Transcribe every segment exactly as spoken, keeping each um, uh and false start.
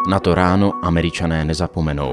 Na to ráno Američané nezapomenou.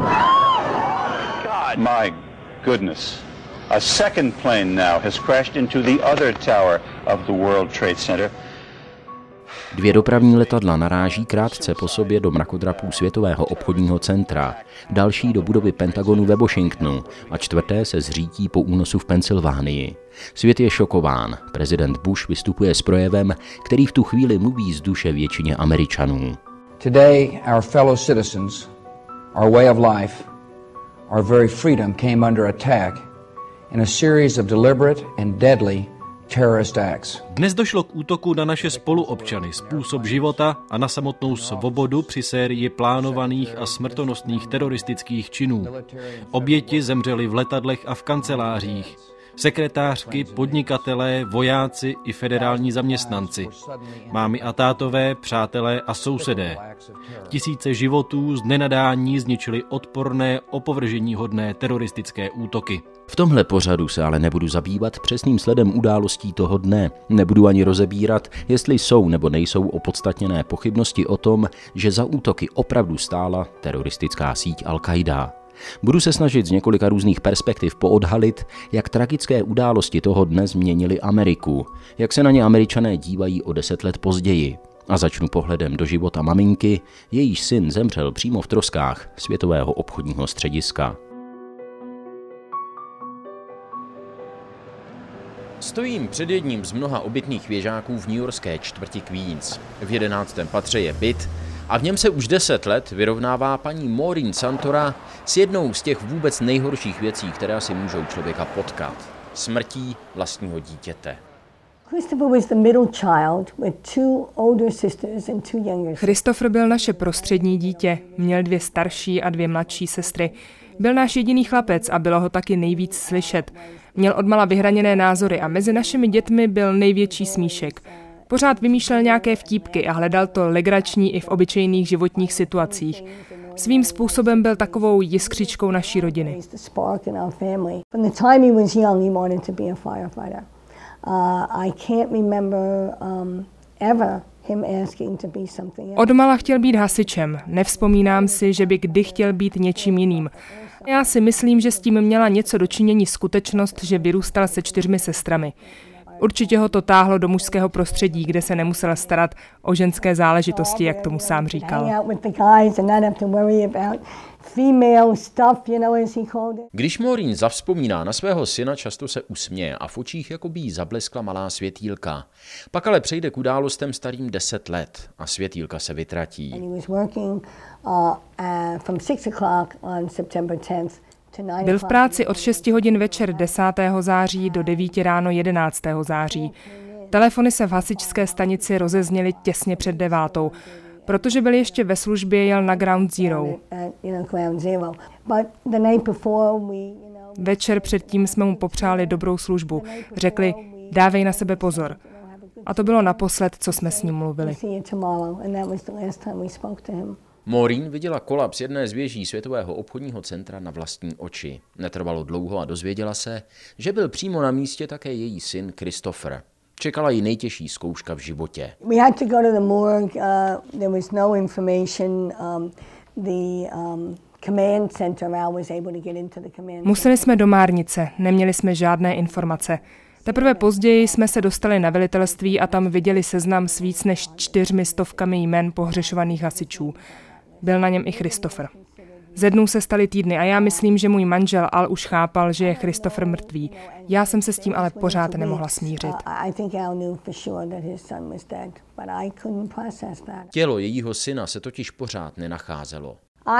My goodness. A second plane now has crashed into the other tower of the World Trade Center. Dvě dopravní letadla naráží krátce po sobě do mrakodrapů Světového obchodního centra, další do budovy Pentagonu ve Washingtonu a čtvrté se zřítí po únosu v Pensylvánii. Svět je šokován. Prezident Bush vystupuje s projevem, který v tu chvíli mluví z duše většině Američanů. Today our fellow citizens, our way of life, our very freedom came under attack in a series of deliberate and deadly terrorist acts. Dnes došlo k útoku na naše spoluobčany, způsob života a na samotnou svobodu při sérii plánovaných a smrtonosných teroristických činů. Oběti zemřeli v letadlech a v kancelářích. Sekretářky, podnikatelé, vojáci i federální zaměstnanci. Mámy a tátové, přátelé a sousedé. Tisíce životů z nenadání zničily odporné, opovrženíhodné teroristické útoky. V tomhle pořadu se ale nebudu zabývat přesným sledem událostí toho dne. Nebudu ani rozebírat, jestli jsou nebo nejsou opodstatněné pochybnosti o tom, že za útoky opravdu stála teroristická síť Al-Qaida. Budu se snažit z několika různých perspektiv poodhalit, jak tragické události toho dne změnily Ameriku, jak se na ně Američané dívají o deset let později. A začnu pohledem do života maminky, jejíž syn zemřel přímo v troskách Světového obchodního střediska. Stojím před jedním z mnoha obytných věžáků v newyorské čtvrti Queens. V jedenáctém patře je byt a v něm se už deset let vyrovnává paní Maureen Santora s jednou z těch vůbec nejhorších věcí, které si můžou člověka potkat. Smrtí vlastního dítěte. Christopher byl naše prostřední dítě, měl dvě starší a dvě mladší sestry. Byl náš jediný chlapec a bylo ho taky nejvíc slyšet. Měl odmala vyhraněné názory a mezi našimi dětmi byl největší smíšek. Pořád vymýšlel nějaké vtípky a hledal to legrační i v obyčejných životních situacích. Svým způsobem byl takovou jiskřičkou naší rodiny. Odmala chtěl být hasičem, nevzpomínám si, že by kdy chtěl být něčím jiným. Já si myslím, že s tím měla něco dočinění skutečnost, že vyrůstal se čtyřmi sestrami. Určitě ho to táhlo do mužského prostředí, kde se nemusel starat o ženské záležitosti, jak tomu sám říkal. Když Maureen zavzpomíná na svého syna, často se usměje a v očích jakoby jí zableskla malá světýlka. Pak ale přejde k událostem starým deset let a světýlka se vytratí. Byl v práci od šesti hodin večer desátého září do devíti ráno jedenáctého září. Telefony se v hasičské stanici rozezněly těsně před devátou. Protože byl ještě ve službě, jel na Ground Zero. Večer předtím jsme mu popřáli dobrou službu. Řekli, dávej na sebe pozor. A to bylo naposled, co jsme s ním mluvili. Maureen viděla kolaps jedné z věží Světového obchodního centra na vlastní oči. Netrvalo dlouho a dozvěděla se, že byl přímo na místě také její syn Christopher. Čekala ji nejtěžší zkouška v životě. Museli jsme do Márnice, neměli jsme žádné informace. Teprve později jsme se dostali na velitelství a tam viděli seznam s víc než čtyřmi stovkami jmen pohřešovaných hasičů. Byl na něm i Christopher. Ze dnů se staly týdny a já myslím, že můj manžel Al už chápal, že je Christopher mrtvý. Já jsem se s tím ale pořád nemohla smířit. Tělo jejího syna se totiž pořád nenacházelo.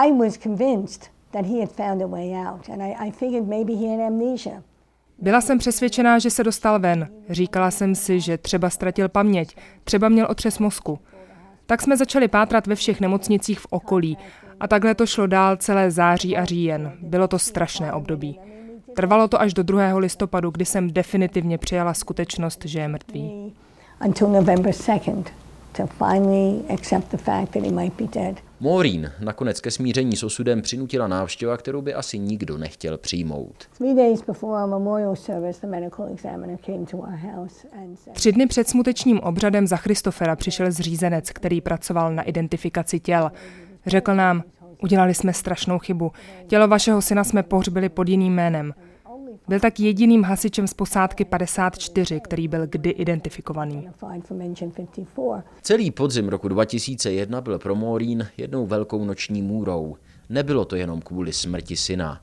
Byla jsem přesvědčená, že se dostal ven. Říkala jsem si, že třeba ztratil paměť, třeba měl otřes mozku. Tak jsme začali pátrat ve všech nemocnicích v okolí a takhle to šlo dál celé září a říjen. Bylo to strašné období. Trvalo to až do druhého listopadu, kdy jsem definitivně přijala skutečnost, že je mrtvý. Maureen nakonec ke smíření s osudem přinutila návštěva, kterou by asi nikdo nechtěl přijmout. Tři dny před smutečním obřadem za Christophera přišel zřízenec, který pracoval na identifikaci těl. Řekl nám, udělali jsme strašnou chybu. Tělo vašeho syna jsme pohřbili pod jiným jménem. Byl tak jediným hasičem z posádky padesát čtyři, který byl kdy identifikovaný. Celý podzim roku dva tisíce jedna byl pro Maureen jednou velkou noční můrou. Nebylo to jenom kvůli smrti syna.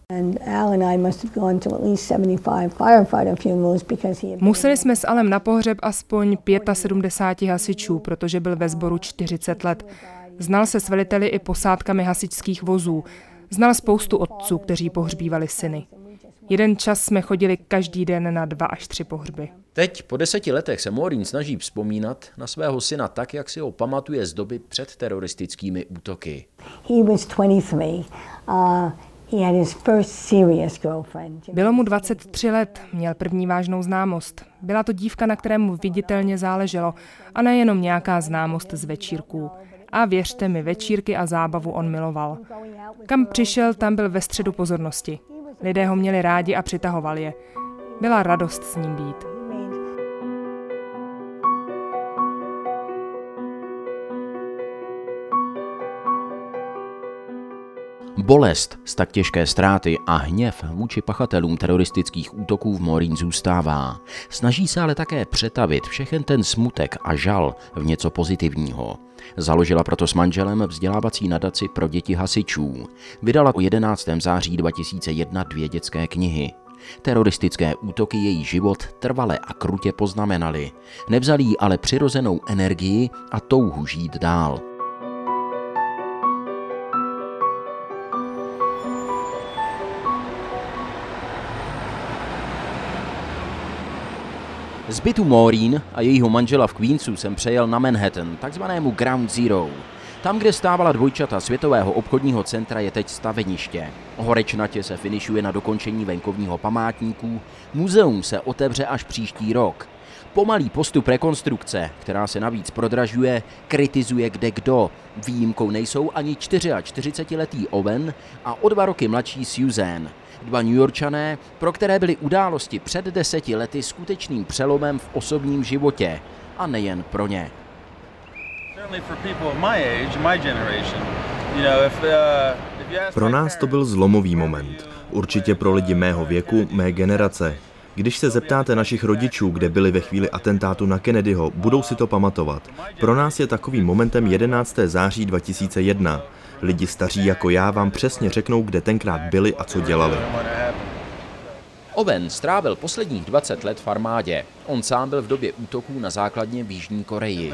Museli jsme s Alem na pohřeb aspoň sedmdesát pět hasičů, protože byl ve sboru čtyřicet let. Znal se s veliteli i posádkami hasičských vozů. Znal spoustu otců, kteří pohřbívali syny. Jeden čas jsme chodili každý den na dva až tři pohřby. Teď po deseti letech se Maureen snaží vzpomínat na svého syna tak, jak si ho pamatuje z doby před teroristickými útoky. Bylo mu dvacet tři let, měl první vážnou známost. Byla to dívka, na které mu viditelně záleželo, a nejenom nějaká známost z večírků. A věřte mi, večírky a zábavu on miloval. Kam přišel, tam byl ve středu pozornosti. Lidé ho měli rádi a přitahovali je. Byla radost s ním být. Bolest z tak těžké ztráty a hněv vůči pachatelům teroristických útoků v Maureen zůstává. Snaží se ale také přetavit všechen ten smutek a žal v něco pozitivního. Založila proto s manželem vzdělávací nadaci pro děti hasičů. Vydala o jedenáctého září dva tisíce jedna dvě dětské knihy. Teroristické útoky její život trvale a krutě poznamenaly. Nevzali jí ale přirozenou energii a touhu žít dál. Z bytu Maureen a jejího manžela v Queensu jsem přejel na Manhattan, takzvanému Ground Zero. Tam, kde stávala dvojčata Světového obchodního centra, je teď staveniště. Horečnatě se finišuje na dokončení venkovního památníku. Muzeum se otevře až příští rok. Pomalý postup rekonstrukce, která se navíc prodražuje, kritizuje kdekdo. Výjimkou nejsou ani čtyřiačtyřicetiletý Owen a o dva roky mladší Susan. Dva Newyorčané, pro které byly události před deseti lety skutečným přelomem v osobním životě. A nejen pro ně. Pro nás to byl zlomový moment. Určitě pro lidi mého věku, mé generace. Když se zeptáte našich rodičů, kde byli ve chvíli atentátu na Kennedyho, budou si to pamatovat. Pro nás je takovým momentem jedenáctého září dva tisíce jedna. Lidi staří jako já vám přesně řeknou, kde tenkrát byli a co dělali. Owen strávil posledních dvacet let v armádě. On sám byl v době útoků na základně v Jižní Koreji.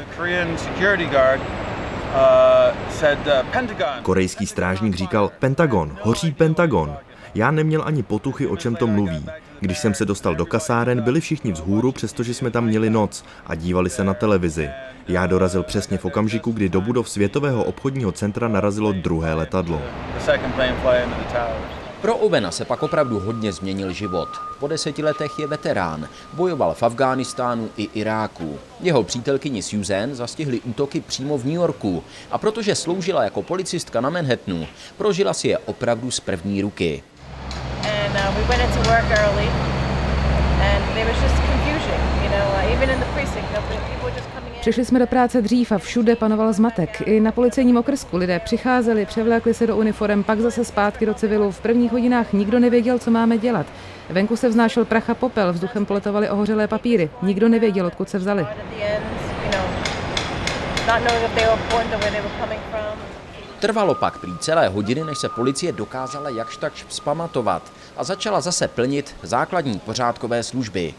Korejský strážník říkal, Pentagon, hoří Pentagon. Já neměl ani potuchy, o čem to mluví. Když jsem se dostal do kasáren, byli všichni vzhůru, přestože jsme tam měli noc a dívali se na televizi. Já dorazil přesně v okamžiku, kdy do budov Světového obchodního centra narazilo druhé letadlo. Pro Owena se pak opravdu hodně změnil život. Po deseti letech je veterán, bojoval v Afghánistánu i Iráku. Jeho přítelkyni Susan zastihly útoky přímo v New Yorku a protože sloužila jako policistka na Manhattanu, prožila si je opravdu z první ruky. And uh, we went into work early, and there was just confusion, you know, even in the precinct, people were just coming in. Přišli jsme do práce dřív a všude panoval zmatek. I na policejním okrsku lidé přicházeli, převlékli se do uniform, pak zase zpátky do civilu. V prvních hodinách nikdo nevěděl, co máme dělat. Venku se vznášel prach a popel, vzduchem poletovaly ohořelé papíry. Nikdo nevěděl, odkud se vzali. Trvalo pak prý celé hodiny, než se policie dokázala jakž takž vzpamatovat a začala zase plnit základní pořádkové služby.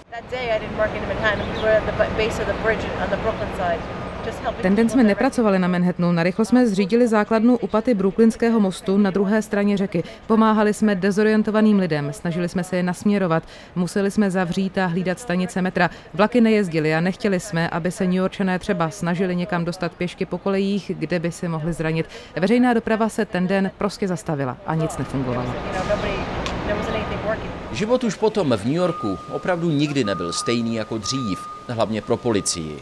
Ten den jsme nepracovali na Manhattanu, narychlo jsme zřídili základnu u paty Brooklynského mostu na druhé straně řeky. Pomáhali jsme dezorientovaným lidem, snažili jsme se je nasměrovat, museli jsme zavřít a hlídat stanice metra. Vlaky nejezdily a nechtěli jsme, aby se Newyorčané třeba snažili někam dostat pěšky po kolejích, kde by si mohli zranit. Veřejná doprava se ten den prostě zastavila a nic nefungovalo. Život už potom v New Yorku opravdu nikdy nebyl stejný jako dřív, hlavně pro policii.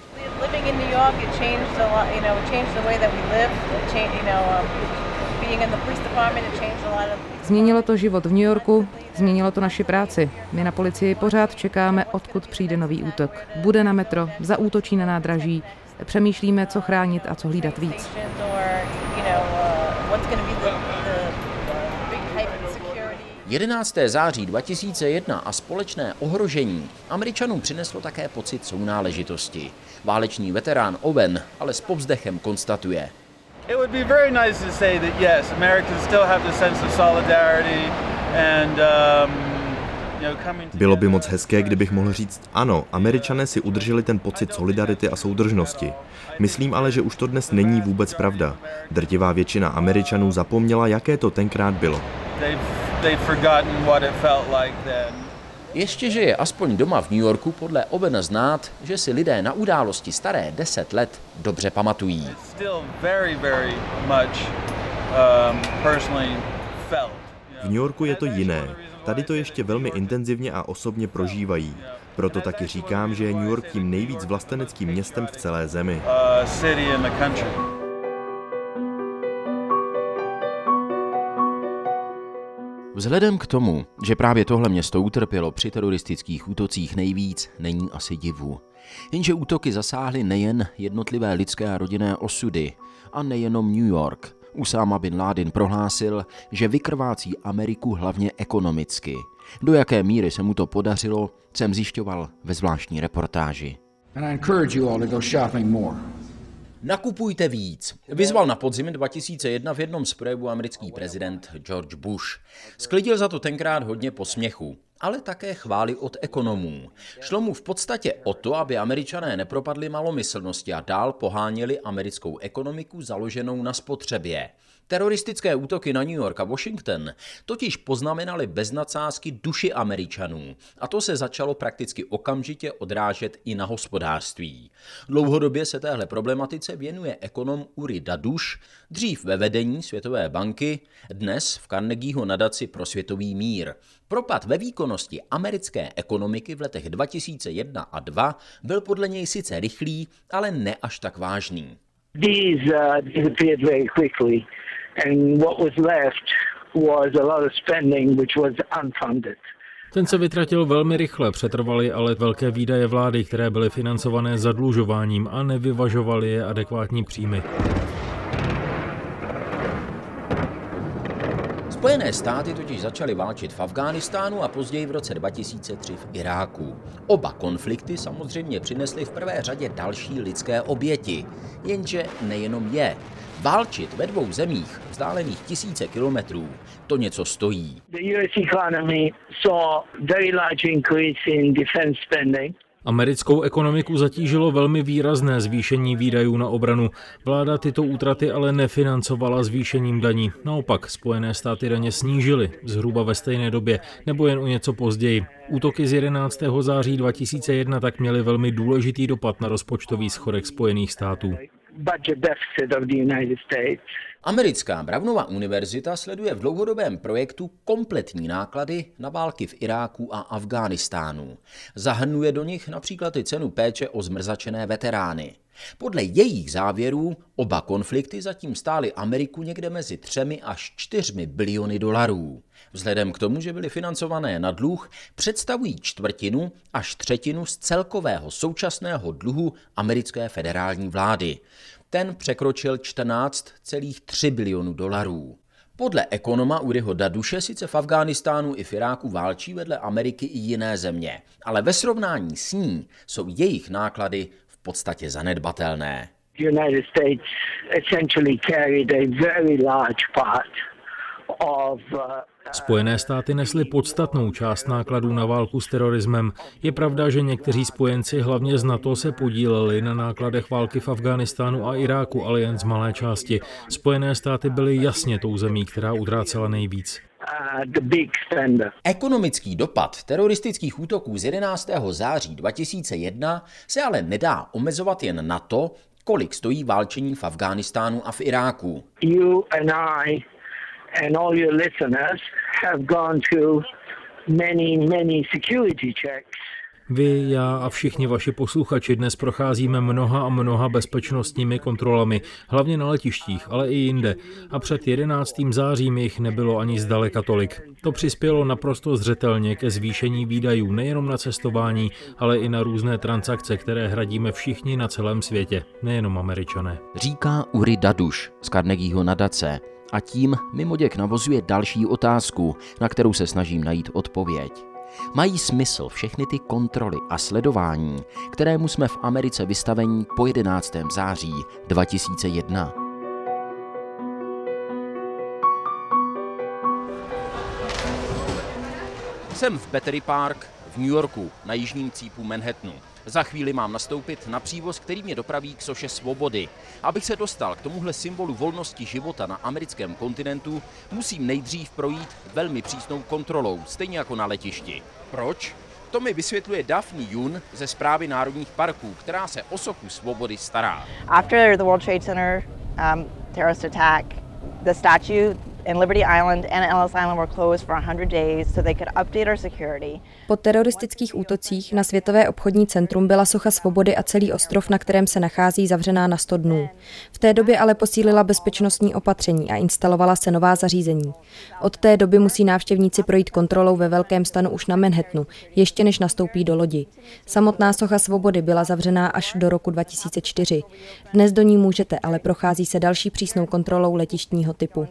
Změnilo to život v New Yorku, změnilo to naši práci. My na policii pořád čekáme, odkud přijde nový útok. Bude na metro, zaútočí na nádraží, přemýšlíme, co chránit a co hlídat víc. jedenáctého září dva tisíce jedna a společné ohrožení Američanům přineslo také pocit sounáležitosti. Válečný veterán Owen ale s povzdechem konstatuje: It would be very nice to say that yes, Americans still have the sense of solidarity and um Bylo by moc hezké, kdybych mohl říct, ano, Američané si udrželi ten pocit solidarity a soudržnosti. Myslím ale, že už to dnes není vůbec pravda. Drtivá většina Američanů zapomněla, jaké to tenkrát bylo. Ještě, že je aspoň doma v New Yorku podle Owena znát, že si lidé na události staré deset let dobře pamatují. V New Yorku je to jiné. Tady to ještě velmi intenzivně a osobně prožívají. Proto taky říkám, že je New York tím nejvíc vlasteneckým městem v celé zemi. Vzhledem k tomu, že právě tohle město utrpělo při teroristických útocích nejvíc, není asi divu. Jenže útoky zasáhly nejen jednotlivé lidské a rodinné osudy a nejenom New York. Usáma bin Ládin prohlásil, že vykrvácí Ameriku hlavně ekonomicky. Do jaké míry se mu to podařilo, jsem zjišťoval ve zvláštní reportáži. Nakupujte víc, vyzval na podzim dva tisíce jedna v jednom z projevů americký prezident George Bush. Sklidil za to tenkrát hodně posměchu, ale také chvály od ekonomů. Šlo mu v podstatě o to, aby Američané nepropadli malomyslnosti a dál poháněli americkou ekonomiku založenou na spotřebě. Teroristické útoky na New York a Washington totiž poznamenaly bez nadsázky duši Američanů a to se začalo prakticky okamžitě odrážet i na hospodářství. Dlouhodobě se téhle problematice věnuje ekonom Uri Daduš, dřív ve vedení Světové banky, dnes v Carnegieho nadaci pro světový mír. Propad ve výkonnosti americké ekonomiky v letech dva tisíce jedna a dva byl podle něj sice rychlý, ale ne až tak vážný. These uh, disappeared very quickly. And what was left was a lot of spending which was unfunded. Ten se vytratil velmi rychle, přetrvaly ale velké výdaje vlády, které byly financované zadlužováním a nevyvažovaly je adekvátní příjmy. Spojené státy totiž začaly válčit v Afghánistánu a později v roce dva tisíce tři v Iráku. Oba konflikty samozřejmě přinesly v prvé řadě další lidské oběti, jenže nejenom je. Válčit ve dvou zemích, vzdálených tisíce kilometrů, to něco stojí. The U S economy saw very large increase in defense spending. Americkou ekonomiku zatížilo velmi výrazné zvýšení výdajů na obranu. Vláda tyto útraty ale nefinancovala zvýšením daní. Naopak, Spojené státy daně snížily zhruba ve stejné době, nebo jen o něco později. Útoky z jedenáctého září dva tisíce jedna tak měly velmi důležitý dopad na rozpočtový schodek Spojených států. Americká Brownova univerzita sleduje v dlouhodobém projektu kompletní náklady na války v Iráku a Afghánistánu. Zahrnuje do nich například i cenu péče o zmrzačené veterány. Podle jejich závěrů oba konflikty zatím stály Ameriku někde mezi třemi až čtyřmi biliony dolarů. Vzhledem k tomu, že byly financované na dluh, představují čtvrtinu až třetinu z celkového současného dluhu americké federální vlády. Ten překročil čtrnáct celá tři bilionu dolarů. Podle ekonoma Uriho Daduše sice v Afghánistánu i v Iráku válčí vedle Ameriky i jiné země, ale ve srovnání s ní jsou jejich náklady v podstatě zanedbatelné. United States essentially carried a very large part of uh, Spojené státy nesly podstatnou část nákladů na válku s terorismem. Je pravda, že někteří spojenci, hlavně z NATO, se podíleli na nákladech války v Afghánistánu a Iráku, ale jen z malé části. Spojené státy byly jasně tou zemí, která utrácela nejvíc. Ekonomický dopad teroristických útoků z jedenáctého září dva tisíce jedna se ale nedá omezovat jen na to, kolik stojí válčení v Afghánistánu a v Iráku. You and I and all your listeners have gone through many, many security checks. Vy, já a všichni vaši posluchači dnes procházíme mnoha a mnoha bezpečnostními kontrolami, hlavně na letištích, ale i jinde. A před jedenáctým zářím jich nebylo ani zdaleka tolik. To přispělo naprosto zřetelně ke zvýšení výdajů nejenom na cestování, ale i na různé transakce, které hradíme všichni na celém světě, nejenom Američané. Říká Uri Daduš z Carnegieho nadace. A tím mimoděk navozuje další otázku, na kterou se snažím najít odpověď. Mají smysl všechny ty kontroly a sledování, kterému jsme v Americe vystaveni po jedenáctého září dva tisíce jedna? Jsem v Battery Park v New Yorku na jižním cípu Manhattanu. Za chvíli mám nastoupit na přívoz, který mě dopraví k soše svobody. Abych se dostal k tomuhle symbolu volnosti života na americkém kontinentu, musím nejdřív projít velmi přísnou kontrolou, stejně jako na letišti. Proč? To mi vysvětluje Daphne Yun ze Správy národních parků, která se o sochu svobody stará. After the World Trade Center um, terrorist attack, the statue in Liberty Island and Ellis Island were closed for one hundred days so they could update our security. Po teroristických útocích na Světové obchodní centrum byla socha svobody a celý ostrov, na kterém se nachází, zavřená na sto dnů. V té době ale posílila bezpečnostní opatření a instalovala se nová zařízení. Od té doby musí návštěvníci projít kontrolou ve velkém stanu už na Manhattanu, ještě než nastoupí do lodi. Samotná socha svobody byla zavřená až do roku dva tisíce čtyři. Dnes do ní můžete, ale prochází se další přísnou kontrolou letištního typu.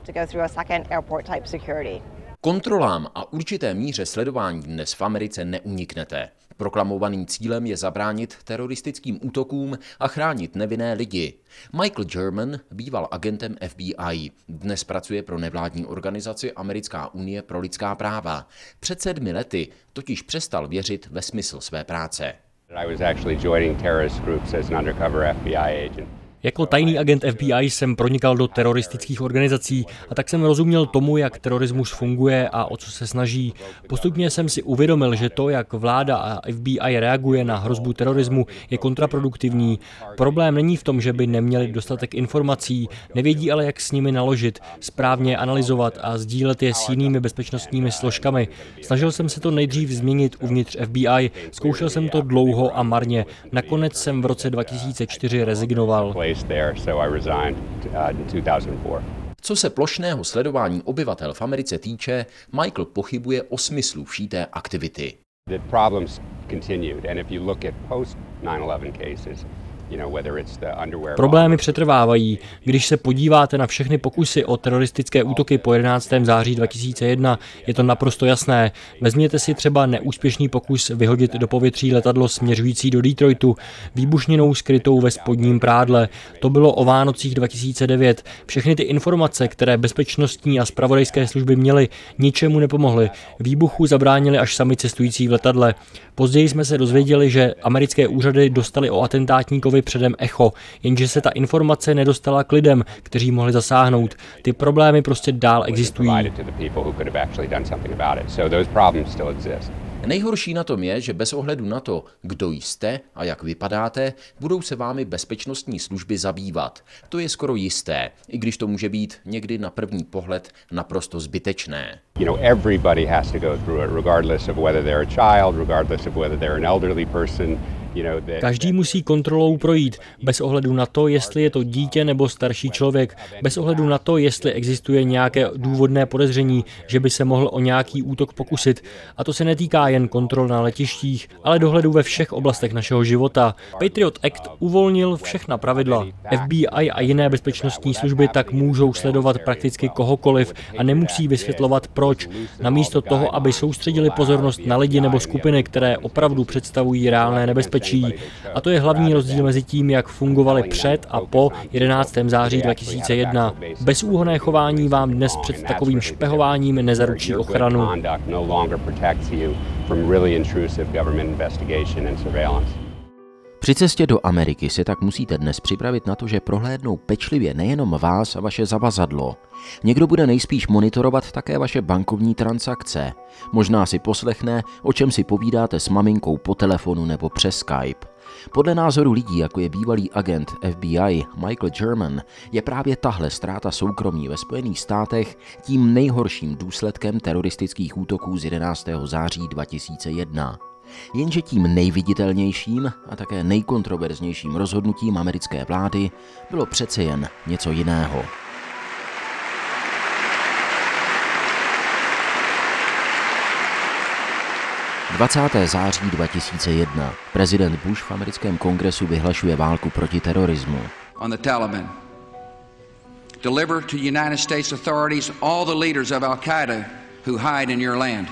Kontrolám a určité míře sledování dnes v Americe neuniknete. Proklamovaným cílem je zabránit teroristickým útokům a chránit nevinné lidi. Michael German býval agentem F B I. Dnes pracuje pro nevládní organizaci Americká unie pro lidská práva. Před sedmi lety totiž přestal věřit ve smysl své práce. I was actually joining terrorist groups as an undercover F B I agent. Jako tajný agent F B I jsem pronikal do teroristických organizací a tak jsem rozuměl tomu, jak terorismus funguje a o co se snaží. Postupně jsem si uvědomil, že to, jak vláda a F B I reaguje na hrozbu terorismu, je kontraproduktivní. Problém není v tom, že by neměli dostatek informací, nevědí ale, jak s nimi naložit, správně analyzovat a sdílet je s jinými bezpečnostními složkami. Snažil jsem se to nejdřív změnit uvnitř F B I, zkoušel jsem to dlouho a marně. Nakonec jsem v roce dva tisíce čtyři rezignoval. Co se plošného sledování obyvatel v Americe týče, Michael pochybuje o smyslu vší té aktivity. Problémy přetrvávají. Když se podíváte na všechny pokusy o teroristické útoky po jedenáctého září dva tisíce jedna, je to naprosto jasné. Vezměte si třeba neúspěšný pokus vyhodit do povětří letadlo směřující do Detroitu, výbušninou skrytou ve spodním prádle. To bylo o Vánocích dva tisíce devět. Všechny ty informace, které bezpečnostní a zpravodajské služby měly, ničemu nepomohly. Výbuchu zabránili až sami cestující v letadle. Později jsme se dozvěděli, že americké úřady dostali o atentátníkovi předem echo, jenže se ta informace nedostala k lidem, kteří mohli zasáhnout. Ty problémy prostě dál existují. Nejhorší na tom je, že bez ohledu na to, kdo jste a jak vypadáte, budou se vámi bezpečnostní služby zabývat. To je skoro jisté, i když to může být někdy na první pohled naprosto zbytečné. You know, everybody has to go through it, regardless of whether they're a child, regardless of whether they're an elderly person. Každý musí kontrolou projít, bez ohledu na to, jestli je to dítě nebo starší člověk, bez ohledu na to, jestli existuje nějaké důvodné podezření, že by se mohl o nějaký útok pokusit. A to se netýká jen kontrol na letištích, ale dohledu ve všech oblastech našeho života. Patriot Act uvolnil všechna pravidla. F B I a jiné bezpečnostní služby tak můžou sledovat prakticky kohokoliv a nemusí vysvětlovat proč. Namísto toho, aby soustředili pozornost na lidi nebo skupiny, které opravdu představují reálné nebezpečí. A to je hlavní rozdíl mezi tím, jak fungovaly před a po jedenáctého září dva tisíce jedna. Bezúhonné chování vám dnes před takovým špehováním nezaručí ochranu. Při cestě do Ameriky se tak musíte dnes připravit na to, že prohlédnou pečlivě nejenom vás a vaše zavazadlo. Někdo bude nejspíš monitorovat také vaše bankovní transakce. Možná si poslechne, o čem si povídáte s maminkou po telefonu nebo přes Skype. Podle názoru lidí, jako je bývalý agent F B I Michael German, je právě tahle ztráta soukromí ve Spojených státech tím nejhorším důsledkem teroristických útoků z jedenáctého září dva tisíce jedna. Jenže tím nejviditelnějším a také nejkontroverznějším rozhodnutím americké vlády bylo přece jen něco jiného. dvacátého září dva tisíce jedna prezident Bush v americkém kongresu vyhlašuje válku proti terorismu. On the Taliban. deliver to United States authorities all the leaders of Al-Qaeda who hide in your land.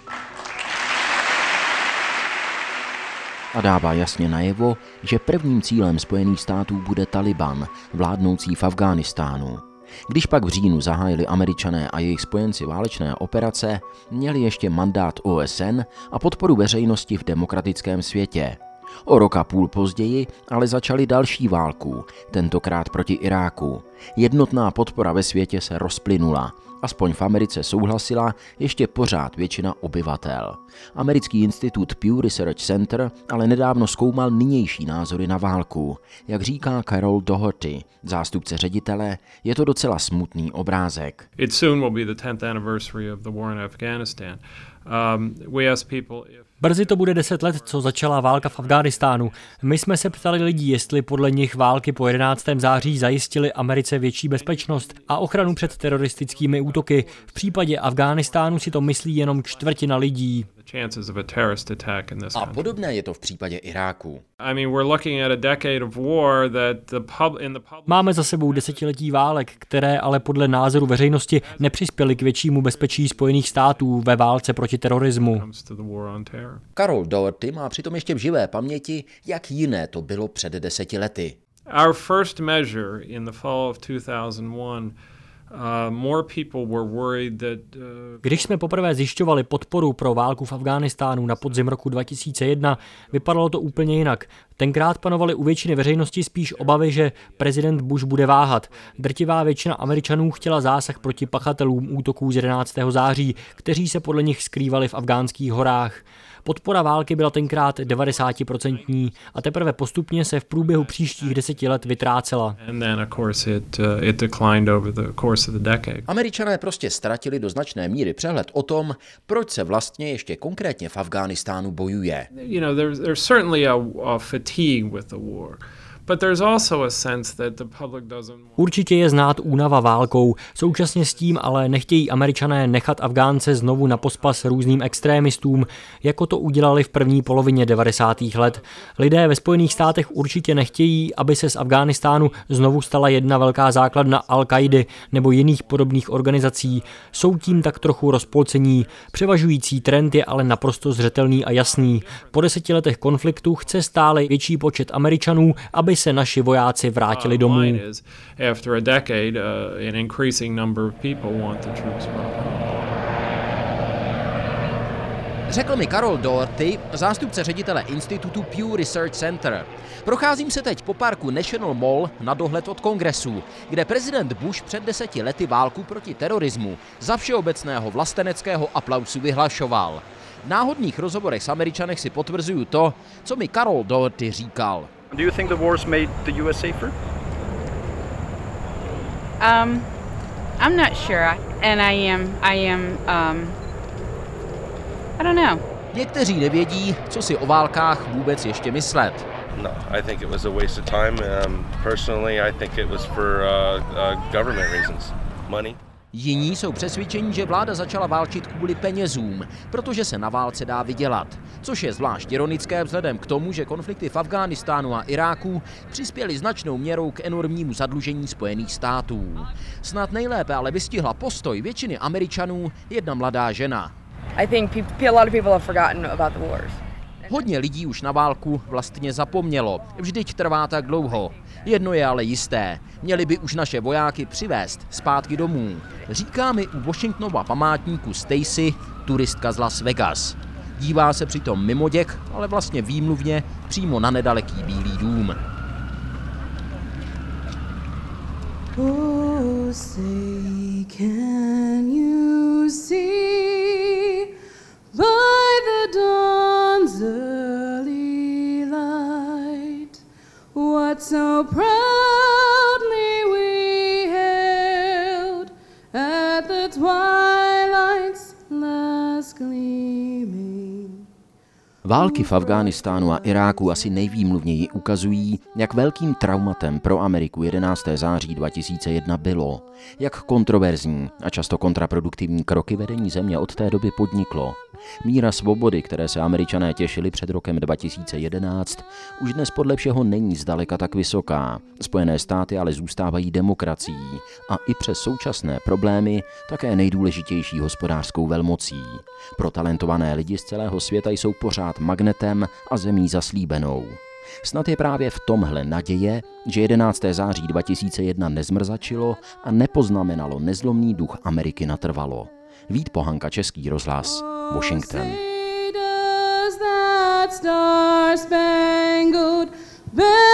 A dává jasně najevo, že prvním cílem Spojených států bude Taliban, vládnoucí v Afghánistánu. Když pak v říjnu zahájili Američané a jejich spojenci válečné operace, měli ještě mandát O S N a podporu veřejnosti v demokratickém světě. O rok a půl později ale začali další válku, tentokrát proti Iráku. Jednotná podpora ve světě se rozplynula. Aspoň v Americe souhlasila ještě pořád většina obyvatel. Americký institut Pew Research Center ale nedávno zkoumal nynější názory na válku. Jak říká Carol Doherty, zástupce ředitele, je to docela smutný obrázek. It soon will be the tenth anniversary of the war in Afghanistan. Um, we asked people if Brzy to bude deset let, co začala válka v Afghánistánu. My jsme se ptali lidí, jestli podle nich války po jedenáctého září zajistily Americe větší bezpečnost a ochranu před teroristickými útoky. V případě Afghánistánu si to myslí jenom čtvrtina lidí. A podobné je to v případě Iráku. Máme za sebou desetiletí válek, které ale podle názoru veřejnosti nepřispěly k většímu bezpečí Spojených států ve válce proti terorismu. Carol Doherty má přitom ještě v živé paměti, jak jiné to bylo před deseti lety. Our first measure in the fall of two thousand one Uh, more people were worried that, uh... Když jsme poprvé zjišťovali podporu pro válku v Afghánistánu na podzim roku dva tisíce jedna, vypadalo to úplně jinak. Tenkrát panovaly u většiny veřejnosti spíš obavy, že prezident Bush bude váhat. Drtivá většina Američanů chtěla zásah proti pachatelům útoků z jedenáctého září, kteří se podle nich skrývali v afghánských horách. Podpora války byla tenkrát devadesátiprocentní a teprve postupně se v průběhu příštích deseti let vytrácela. Američané prostě ztratili do značné míry přehled o tom, proč se vlastně ještě konkrétně v Afghánistánu bojuje. You know, there's, there's certainly a, a fatigue with the war. But there's also a sense that the public doesn't... Určitě je znát únava válkou, současně s tím ale nechtějí Američané nechat Afgánce znovu na pospas různým extrémistům, jako to udělali v první polovině devadesátých let. Lidé ve Spojených státech určitě nechtějí, aby se z Afghánistánu znovu stala jedna velká základna Al-Kaidy nebo jiných podobných organizací. Jsou tím tak trochu rozpolcení. Převažující trend je ale naprosto zřetelný a jasný. Po deseti letech konfliktu chce stále větší počet Američanů, aby se naši vojáci vrátili domů. Řekl mi Carol Doherty, zástupce ředitele institutu Pew Research Center. Procházím se teď po parku National Mall na dohled od Kongresu, kde prezident Bush před deseti lety válku proti terorismu za všeobecného vlasteneckého aplausu vyhlašoval. V náhodných rozhovorech s Američanech si potvrzuju to, co mi Carol Doherty říkal. Do you think the wars made the U S safer? Um, I'm not sure, and I am, I am, um, I don't know. Někteří nevědí, co si o válkách vůbec ještě myslet. No, I think it was a waste of time. Um, personally, I think it was for uh, uh, government reasons, money. Jiní jsou přesvědčeni, že vláda začala válčit kvůli penězům, protože se na válce dá vydělat. Což je zvlášť ironické vzhledem k tomu, že konflikty v Afghánistánu a Iráku přispěly značnou měrou k enormnímu zadlužení Spojených států. Snad nejlépe ale vystihla postoj většiny Američanů jedna mladá žena. I think a lot of people have forgotten about the wars. Hodně lidí už na válku vlastně zapomnělo. Vždyť trvá tak dlouho. Jedno je ale jisté. Měli by už naše vojáky přivést zpátky domů. Říká mi u Washingtonova památníku Stacy, turistka z Las Vegas. Dívá se přitom mimoděk, ale vlastně výmluvně přímo na nedaleký Bílý dům. Oh, say, can you see by the dawn's early light what so proudly we hailed at the twilight's last gleaming? Války v Afghánistánu a Iráku asi nejvýmluvněji ukazují, jak velkým traumatem pro Ameriku jedenáctého září dva tisíce jedna bylo, jak kontroverzní a často kontraproduktivní kroky vedení země od té doby podniklo. Míra svobody, které se Američané těšili před rokem dva tisíce jedenáct, už dnes podle všeho není zdaleka tak vysoká. Spojené státy ale zůstávají demokracií a i přes současné problémy také nejdůležitější hospodářskou velmocí. Pro talentované lidi z celého světa jsou pořád magnetem a zemí zaslíbenou. Snad je právě v tomhle naděje, že jedenáctého září dva tisíce jedna nezmrzačilo a nepoznamenalo nezlomný duch Ameriky natrvalo. Vít Pohanka, Český rozhlas, Washington. Oh,